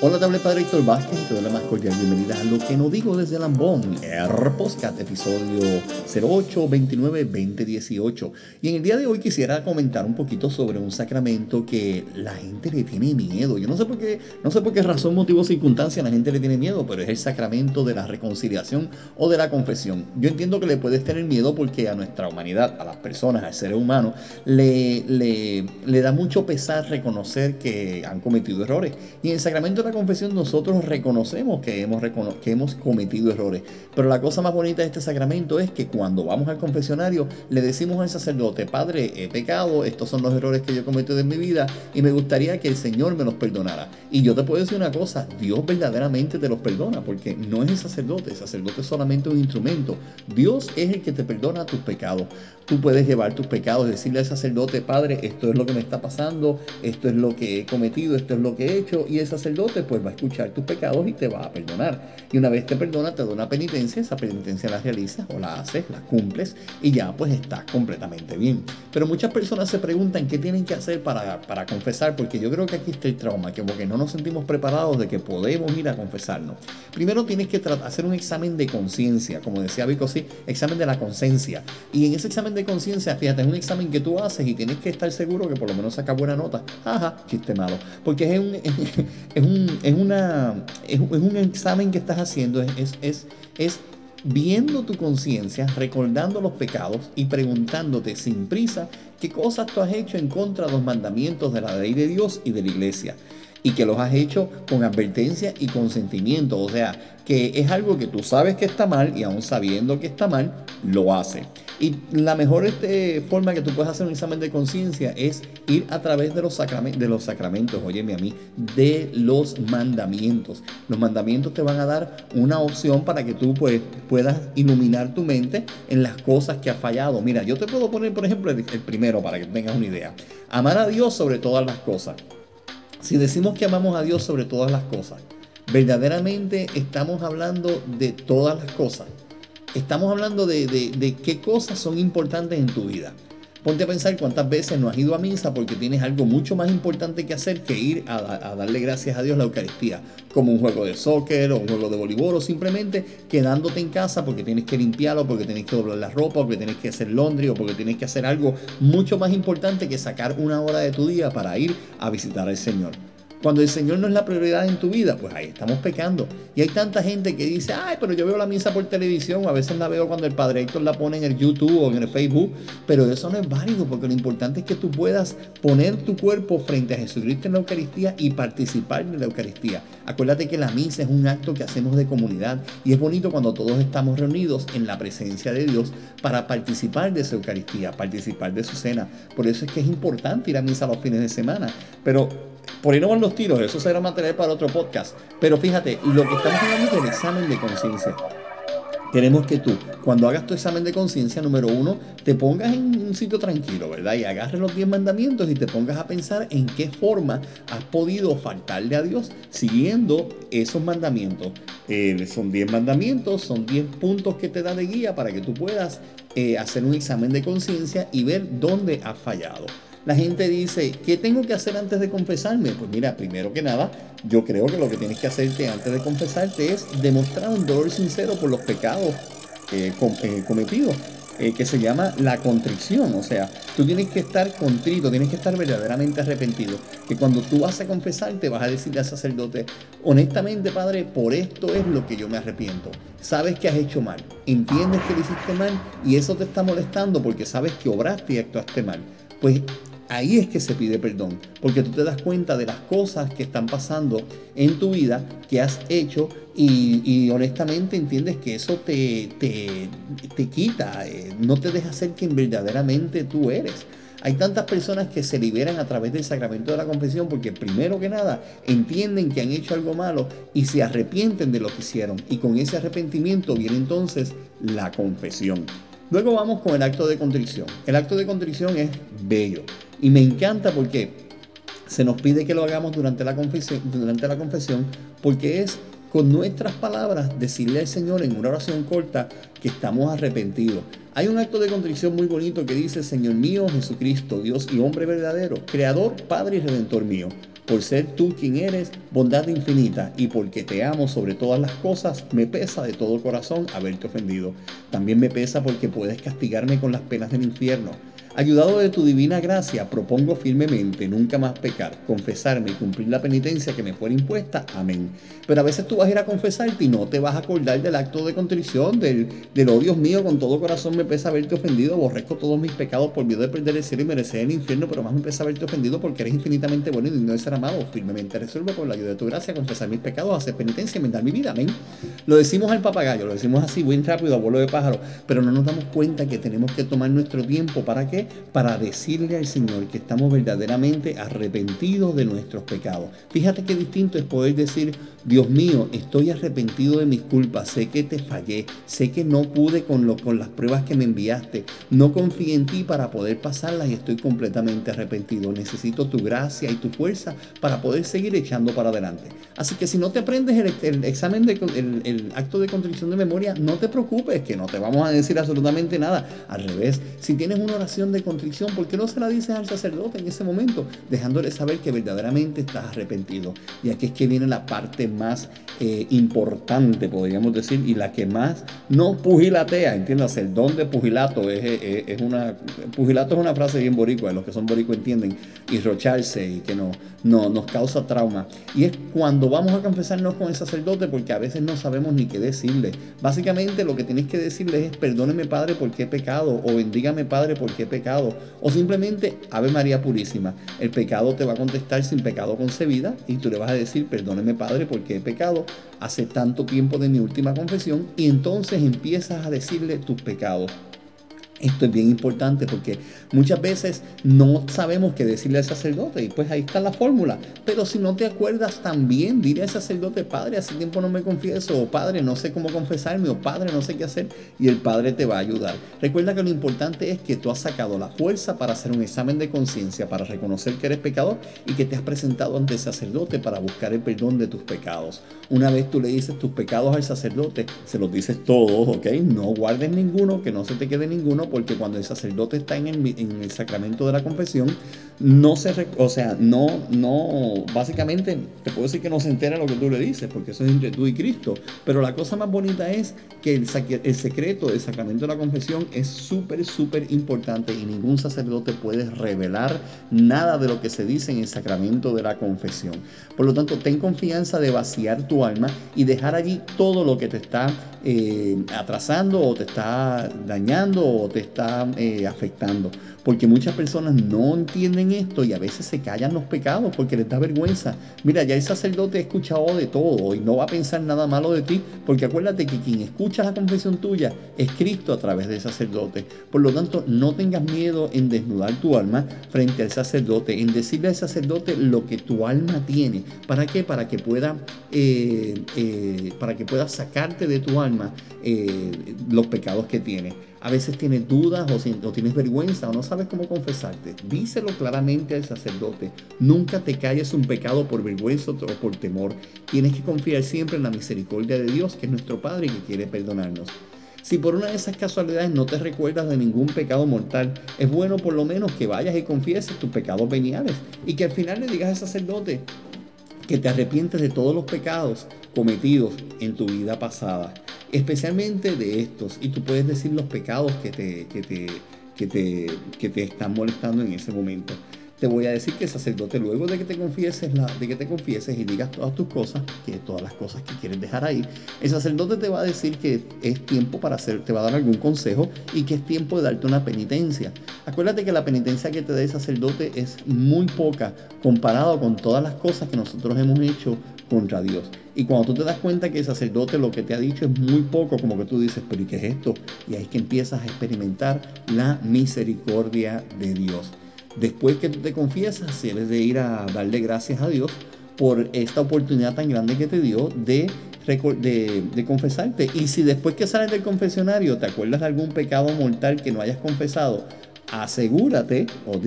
Hola, te habla el Padre Héctor Vázquez y te doy la más cordial bienvenida a Lo que no digo desde Lambón, el podcast, episodio 08-29-2018. Y en el día de hoy quisiera comentar un poquito sobre un sacramento que la gente le tiene miedo. Yo no sé por qué razón, motivo, circunstancia la gente le tiene miedo, pero es el sacramento de la reconciliación o de la confesión. Yo entiendo que le puedes tener miedo porque a nuestra humanidad, a las personas, al ser humano, le da mucho pesar reconocer que han cometido errores. Y en el sacramento de la confesión nosotros reconocemos que hemos cometido errores. Pero la cosa más bonita de este sacramento es que cuando vamos al confesionario le decimos al sacerdote: Padre, he pecado, estos son los errores que yo he cometido en mi vida y me gustaría que el Señor me los perdonara. Y yo te puedo decir una cosa: Dios verdaderamente te los perdona, porque no es el sacerdote es solamente un instrumento. Dios es el que te perdona tus pecados. Tú puedes llevar tus pecados y decirle al sacerdote: Padre, esto es lo que me está pasando, esto es lo que he cometido, esto es lo que he hecho, y el sacerdote pues va a escuchar tus pecados y te va a perdonar. Y una vez te perdona, te da una penitencia, esa penitencia la realizas o la haces, la cumples y ya pues estás completamente bien. Pero muchas personas se preguntan qué tienen que hacer para confesar, porque yo creo que aquí está el trauma, que porque no nos sentimos preparados de que podemos ir a confesarnos. Primero tienes que hacer un examen de conciencia, como decía Vico, sí, examen de la conciencia. Y en ese examen de conciencia, fíjate, es un examen que tú haces y tienes que estar seguro que por lo menos sacas buena nota. Ajá, chiste malo. Porque es un examen que estás haciendo, es viendo tu conciencia, recordando los pecados y preguntándote sin prisa qué cosas tú has hecho en contra de los mandamientos de la ley de Dios y de la iglesia. Y que los has hecho con advertencia y consentimiento. O sea, que es algo que tú sabes que está mal y aún sabiendo que está mal, lo haces. Y la mejor forma que tú puedes hacer un examen de conciencia es ir a través de los sacramentos, óyeme a mí, de los mandamientos. Los mandamientos te van a dar una opción para que tú pues, puedas iluminar tu mente en las cosas que has fallado. Mira, yo te puedo poner, por ejemplo, el primero para que tengas una idea. Amar a Dios sobre todas las cosas. Si decimos que amamos a Dios sobre todas las cosas, verdaderamente estamos hablando de todas las cosas. Estamos hablando de qué cosas son importantes en tu vida. Ponte a pensar cuántas veces no has ido a misa porque tienes algo mucho más importante que hacer que ir a darle gracias a Dios la Eucaristía, como un juego de soccer o un juego de voleibol, o simplemente quedándote en casa porque tienes que limpiarlo, porque tienes que doblar la ropa, porque tienes que hacer laundry o porque tienes que hacer algo mucho más importante que sacar una hora de tu día para ir a visitar al Señor. Cuando el Señor no es la prioridad en tu vida, pues ahí estamos pecando. Y hay tanta gente que dice: ay, pero yo veo la misa por televisión, o a veces la veo cuando el Padre Héctor la pone en el YouTube o en el Facebook, pero eso no es válido, porque lo importante es que tú puedas poner tu cuerpo frente a Jesucristo en la Eucaristía y participar de la Eucaristía. Acuérdate que la misa es un acto que hacemos de comunidad y es bonito cuando todos estamos reunidos en la presencia de Dios para participar de esa Eucaristía, participar de su cena. Por eso es que es importante ir a misa los fines de semana. Pero por ahí no van los tiros, eso será material para otro podcast. Pero fíjate, lo que estamos hablando es del examen de conciencia. Queremos que tú, cuando hagas tu examen de conciencia, número uno, te pongas en un sitio tranquilo, ¿verdad? Y agarres los 10 mandamientos y te pongas a pensar en qué forma has podido faltarle a Dios siguiendo esos mandamientos. Son 10 mandamientos, son 10 puntos que te da de guía para que tú puedas hacer un examen de conciencia y ver dónde has fallado. La gente dice: ¿qué tengo que hacer antes de confesarme? Pues mira, primero que nada, yo creo que lo que tienes que hacerte antes de confesarte es demostrar un dolor sincero por los pecados cometidos, que se llama la contrición. O sea, tú tienes que estar contrito, tienes que estar verdaderamente arrepentido. Que cuando tú vas a confesarte, vas a decirle al sacerdote: honestamente, Padre, por esto es lo que yo me arrepiento. Sabes que has hecho mal, entiendes que lo hiciste mal y eso te está molestando porque sabes que obraste y actuaste mal. Pues ahí es que se pide perdón, porque tú te das cuenta de las cosas que están pasando en tu vida, que has hecho, y honestamente entiendes que eso te quita, no te deja ser quien verdaderamente tú eres. Hay tantas personas que se liberan a través del sacramento de la confesión porque primero que nada entienden que han hecho algo malo y se arrepienten de lo que hicieron, y con ese arrepentimiento viene entonces la confesión. Luego vamos con el acto de contrición. El acto de contrición es bello y me encanta porque se nos pide que lo hagamos durante la confesión, porque es con nuestras palabras decirle al Señor en una oración corta que estamos arrepentidos. Hay un acto de contrición muy bonito que dice: Señor mío Jesucristo, Dios y hombre verdadero, Creador, Padre y Redentor mío, Por ser tú quien eres, bondad infinita, y porque te amo sobre todas las cosas, me pesa de todo corazón haberte ofendido. También me pesa porque puedes castigarme con las penas del infierno. Ayudado de tu divina gracia, propongo firmemente nunca más pecar, confesarme y cumplir la penitencia que me fuera impuesta. Amén. Pero a veces tú vas a ir a confesarte y no te vas a acordar del acto de contrición, oh Dios mío, con todo corazón me pesa haberte ofendido, aborrezco todos mis pecados por miedo de perder el cielo y merecer el infierno, pero más me pesa haberte ofendido porque eres infinitamente bueno y digno de ser amado. Firmemente resuelvo por la ayuda de tu gracia confesar mis pecados, hacer penitencia y enmendar mi vida. Amén. Lo decimos al papagayo, lo decimos así, buen rápido, abuelo de pájaro, pero no nos damos cuenta que tenemos que tomar nuestro tiempo. ¿Para qué? Para decirle al Señor que estamos verdaderamente arrepentidos de nuestros pecados. Fíjate qué distinto es poder decir: Dios mío, estoy arrepentido de mis culpas, sé que te fallé, sé que no pude con las pruebas que me enviaste, no confié en ti para poder pasarlas y estoy completamente arrepentido. Necesito tu gracia y tu fuerza para poder seguir echando para adelante. Así que si no te aprendes el examen, el acto de contrición de memoria, no te preocupes, que no te vamos a decir absolutamente nada. Al revés, si tienes una oración de contrición, ¿por qué no se la dices al sacerdote en ese momento? Dejándole saber que verdaderamente estás arrepentido. Y aquí es que viene la parte más importante, podríamos decir, y la que más no pugilatea, entiendas, el don de pugilato pugilato es una frase bien boricua, los que son boricua entienden, y rocharse y que nos causa trauma. Y es cuando vamos a confesarnos con el sacerdote, porque a veces no sabemos ni qué decirle. Básicamente lo que tienes que decirle es: perdóneme Padre porque he pecado, o bendígame Padre porque he pecado, o simplemente Ave María Purísima. El pecado te va a contestar sin pecado concebida, y tú le vas a decir: perdóneme Padre porque he pecado hace tanto tiempo de mi última confesión, y entonces empiezas a decirle tus pecados. Esto es bien importante porque muchas veces no sabemos qué decirle al sacerdote, y pues ahí está la fórmula. Pero si no te acuerdas, también dile al sacerdote: Padre, hace tiempo no me confieso, o Padre, no sé cómo confesarme, o Padre, no sé qué hacer, y el Padre te va a ayudar. Recuerda que lo importante es que tú has sacado la fuerza para hacer un examen de conciencia, para reconocer que eres pecador y que te has presentado ante el sacerdote para buscar el perdón de tus pecados. Una vez tú le dices tus pecados al sacerdote, se los dices todos, ¿ok? No guardes ninguno, que no se te quede ninguno, porque cuando el sacerdote está en el sacramento de la confesión, básicamente te puedo decir que no se entera lo que tú le dices, porque eso es entre tú y Cristo. Pero la cosa más bonita es que el secreto del sacramento de la confesión es súper, súper importante, y ningún sacerdote puede revelar nada de lo que se dice en el sacramento de la confesión. Por lo tanto, ten confianza de vaciar tu alma y dejar allí todo lo que te está atrasando, o te está dañando, o te está afectando. Porque muchas personas no entienden esto y a veces se callan los pecados porque les da vergüenza. Mira, ya el sacerdote ha escuchado de todo y no va a pensar nada malo de ti, porque acuérdate que quien escucha la confesión tuya es Cristo a través del sacerdote. Por lo tanto, no tengas miedo en desnudar tu alma frente al sacerdote, en decirle al sacerdote lo que tu alma tiene. ¿Para qué? Para que pueda sacarte de tu alma los pecados que tienes. A veces tienes dudas, o tienes vergüenza, o no sabes cómo confesarte. Díselo claramente al sacerdote. Nunca te calles un pecado por vergüenza o por temor. Tienes que confiar siempre en la misericordia de Dios, que es nuestro Padre y que quiere perdonarnos. Si por una de esas casualidades no te recuerdas de ningún pecado mortal, es bueno por lo menos que vayas y confieses tus pecados veniales, y que al final le digas al sacerdote que te arrepientes de todos los pecados cometidos en tu vida pasada, especialmente de estos, y tú puedes decir los pecados que te están molestando en ese momento. Te voy a decir que el sacerdote, luego de que te confieses y digas todas tus cosas, que todas las cosas que quieres dejar ahí, el sacerdote te va a decir que es tiempo te va a dar algún consejo, y que es tiempo de darte una penitencia. Acuérdate que la penitencia que te da el sacerdote es muy poca comparado con todas las cosas que nosotros hemos hecho contra Dios. Y cuando tú te das cuenta que el sacerdote lo que te ha dicho es muy poco, como que tú dices: ¿pero y qué es esto? Y ahí es que empiezas a experimentar la misericordia de Dios. Después que tú te confiesas, debes de ir a darle gracias a Dios por esta oportunidad tan grande que te dio de confesarte. Y si después que sales del confesionario te acuerdas de algún pecado mortal que no hayas confesado, asegúrate,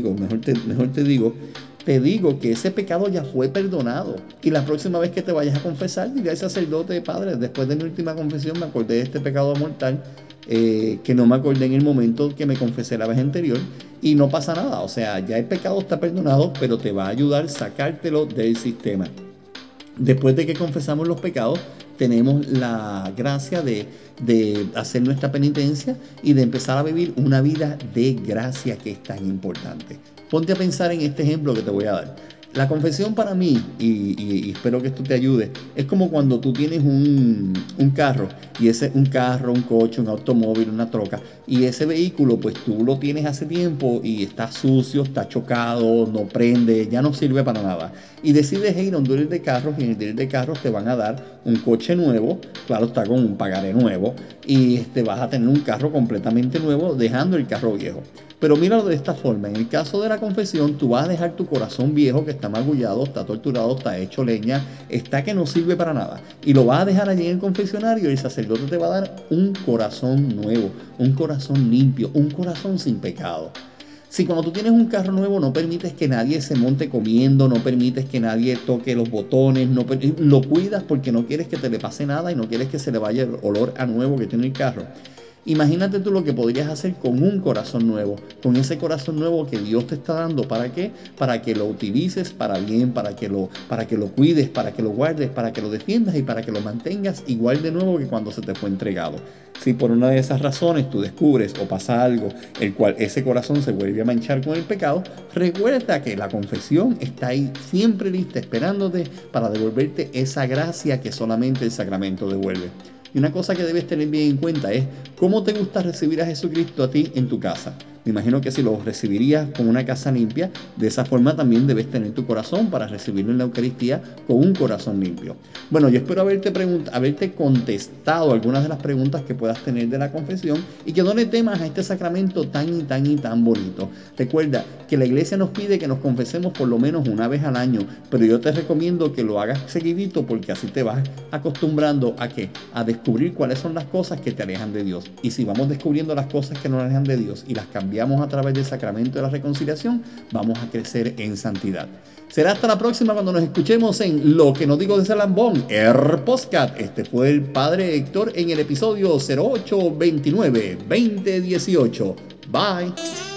te digo que ese pecado ya fue perdonado. Y la próxima vez que te vayas a confesar, dile al sacerdote: Padre, después de mi última confesión me acordé de este pecado mortal, que no me acordé en el momento que me confesé la vez anterior, y no pasa nada. O sea, ya el pecado está perdonado, pero te va a ayudar a sacártelo del sistema. Después de que confesamos los pecados, tenemos la gracia de hacer nuestra penitencia y de empezar a vivir una vida de gracia, que es tan importante. Ponte a pensar en este ejemplo que te voy a dar. La confesión para mí, y espero que esto te ayude, es como cuando tú tienes un carro, y un carro, un coche, un automóvil, una troca, y ese vehículo pues tú lo tienes hace tiempo y está sucio, está chocado, no prende, ya no sirve para nada. Y decides ir a un dealer de carros, y en el dealer de carros te van a dar un coche nuevo, claro, está con un pagaré nuevo, y vas a tener un carro completamente nuevo, dejando el carro viejo. Pero míralo de esta forma: en el caso de la confesión, tú vas a dejar tu corazón viejo, que está magullado, está torturado, está hecho leña, está que no sirve para nada, y lo vas a dejar allí en el confesionario, y el sacerdote te va a dar un corazón nuevo, un corazón limpio, un corazón sin pecado. Si cuando tú tienes un carro nuevo no permites que nadie se monte comiendo, no permites que nadie toque los botones, lo cuidas porque no quieres que te le pase nada y no quieres que se le vaya el olor a nuevo que tiene el carro. Imagínate tú lo que podrías hacer con un corazón nuevo, con ese corazón nuevo que Dios te está dando. ¿Para qué? Para que lo utilices para bien, para que lo cuides, para que lo guardes, para que lo defiendas y para que lo mantengas igual de nuevo que cuando se te fue entregado. Si por una de esas razones tú descubres o pasa algo el cual ese corazón se vuelve a manchar con el pecado, recuerda que la confesión está ahí siempre lista, esperándote para devolverte esa gracia que solamente el sacramento devuelve. Y una cosa que debes tener bien en cuenta es cómo te gusta recibir a Jesucristo a ti en tu casa. Me imagino que si lo recibirías con una casa limpia, de esa forma también debes tener tu corazón para recibirlo en la Eucaristía con un corazón limpio. Bueno, yo espero haberte contestado algunas de las preguntas que puedas tener de la confesión, y que no le temas a este sacramento tan y tan y tan bonito. Recuerda que la iglesia nos pide que nos confesemos por lo menos una vez al año, pero yo te recomiendo que lo hagas seguidito, porque así te vas acostumbrando a ¿qué? A descubrir cuáles son las cosas que te alejan de Dios. Y si vamos descubriendo las cosas que nos alejan de Dios y las cambiamos a través del sacramento de la reconciliación, vamos a crecer en santidad. Será hasta la próxima cuando nos escuchemos en Lo que no digo de Salambón, el podcast. Este fue el Padre Héctor en el episodio 0829-2018. Bye.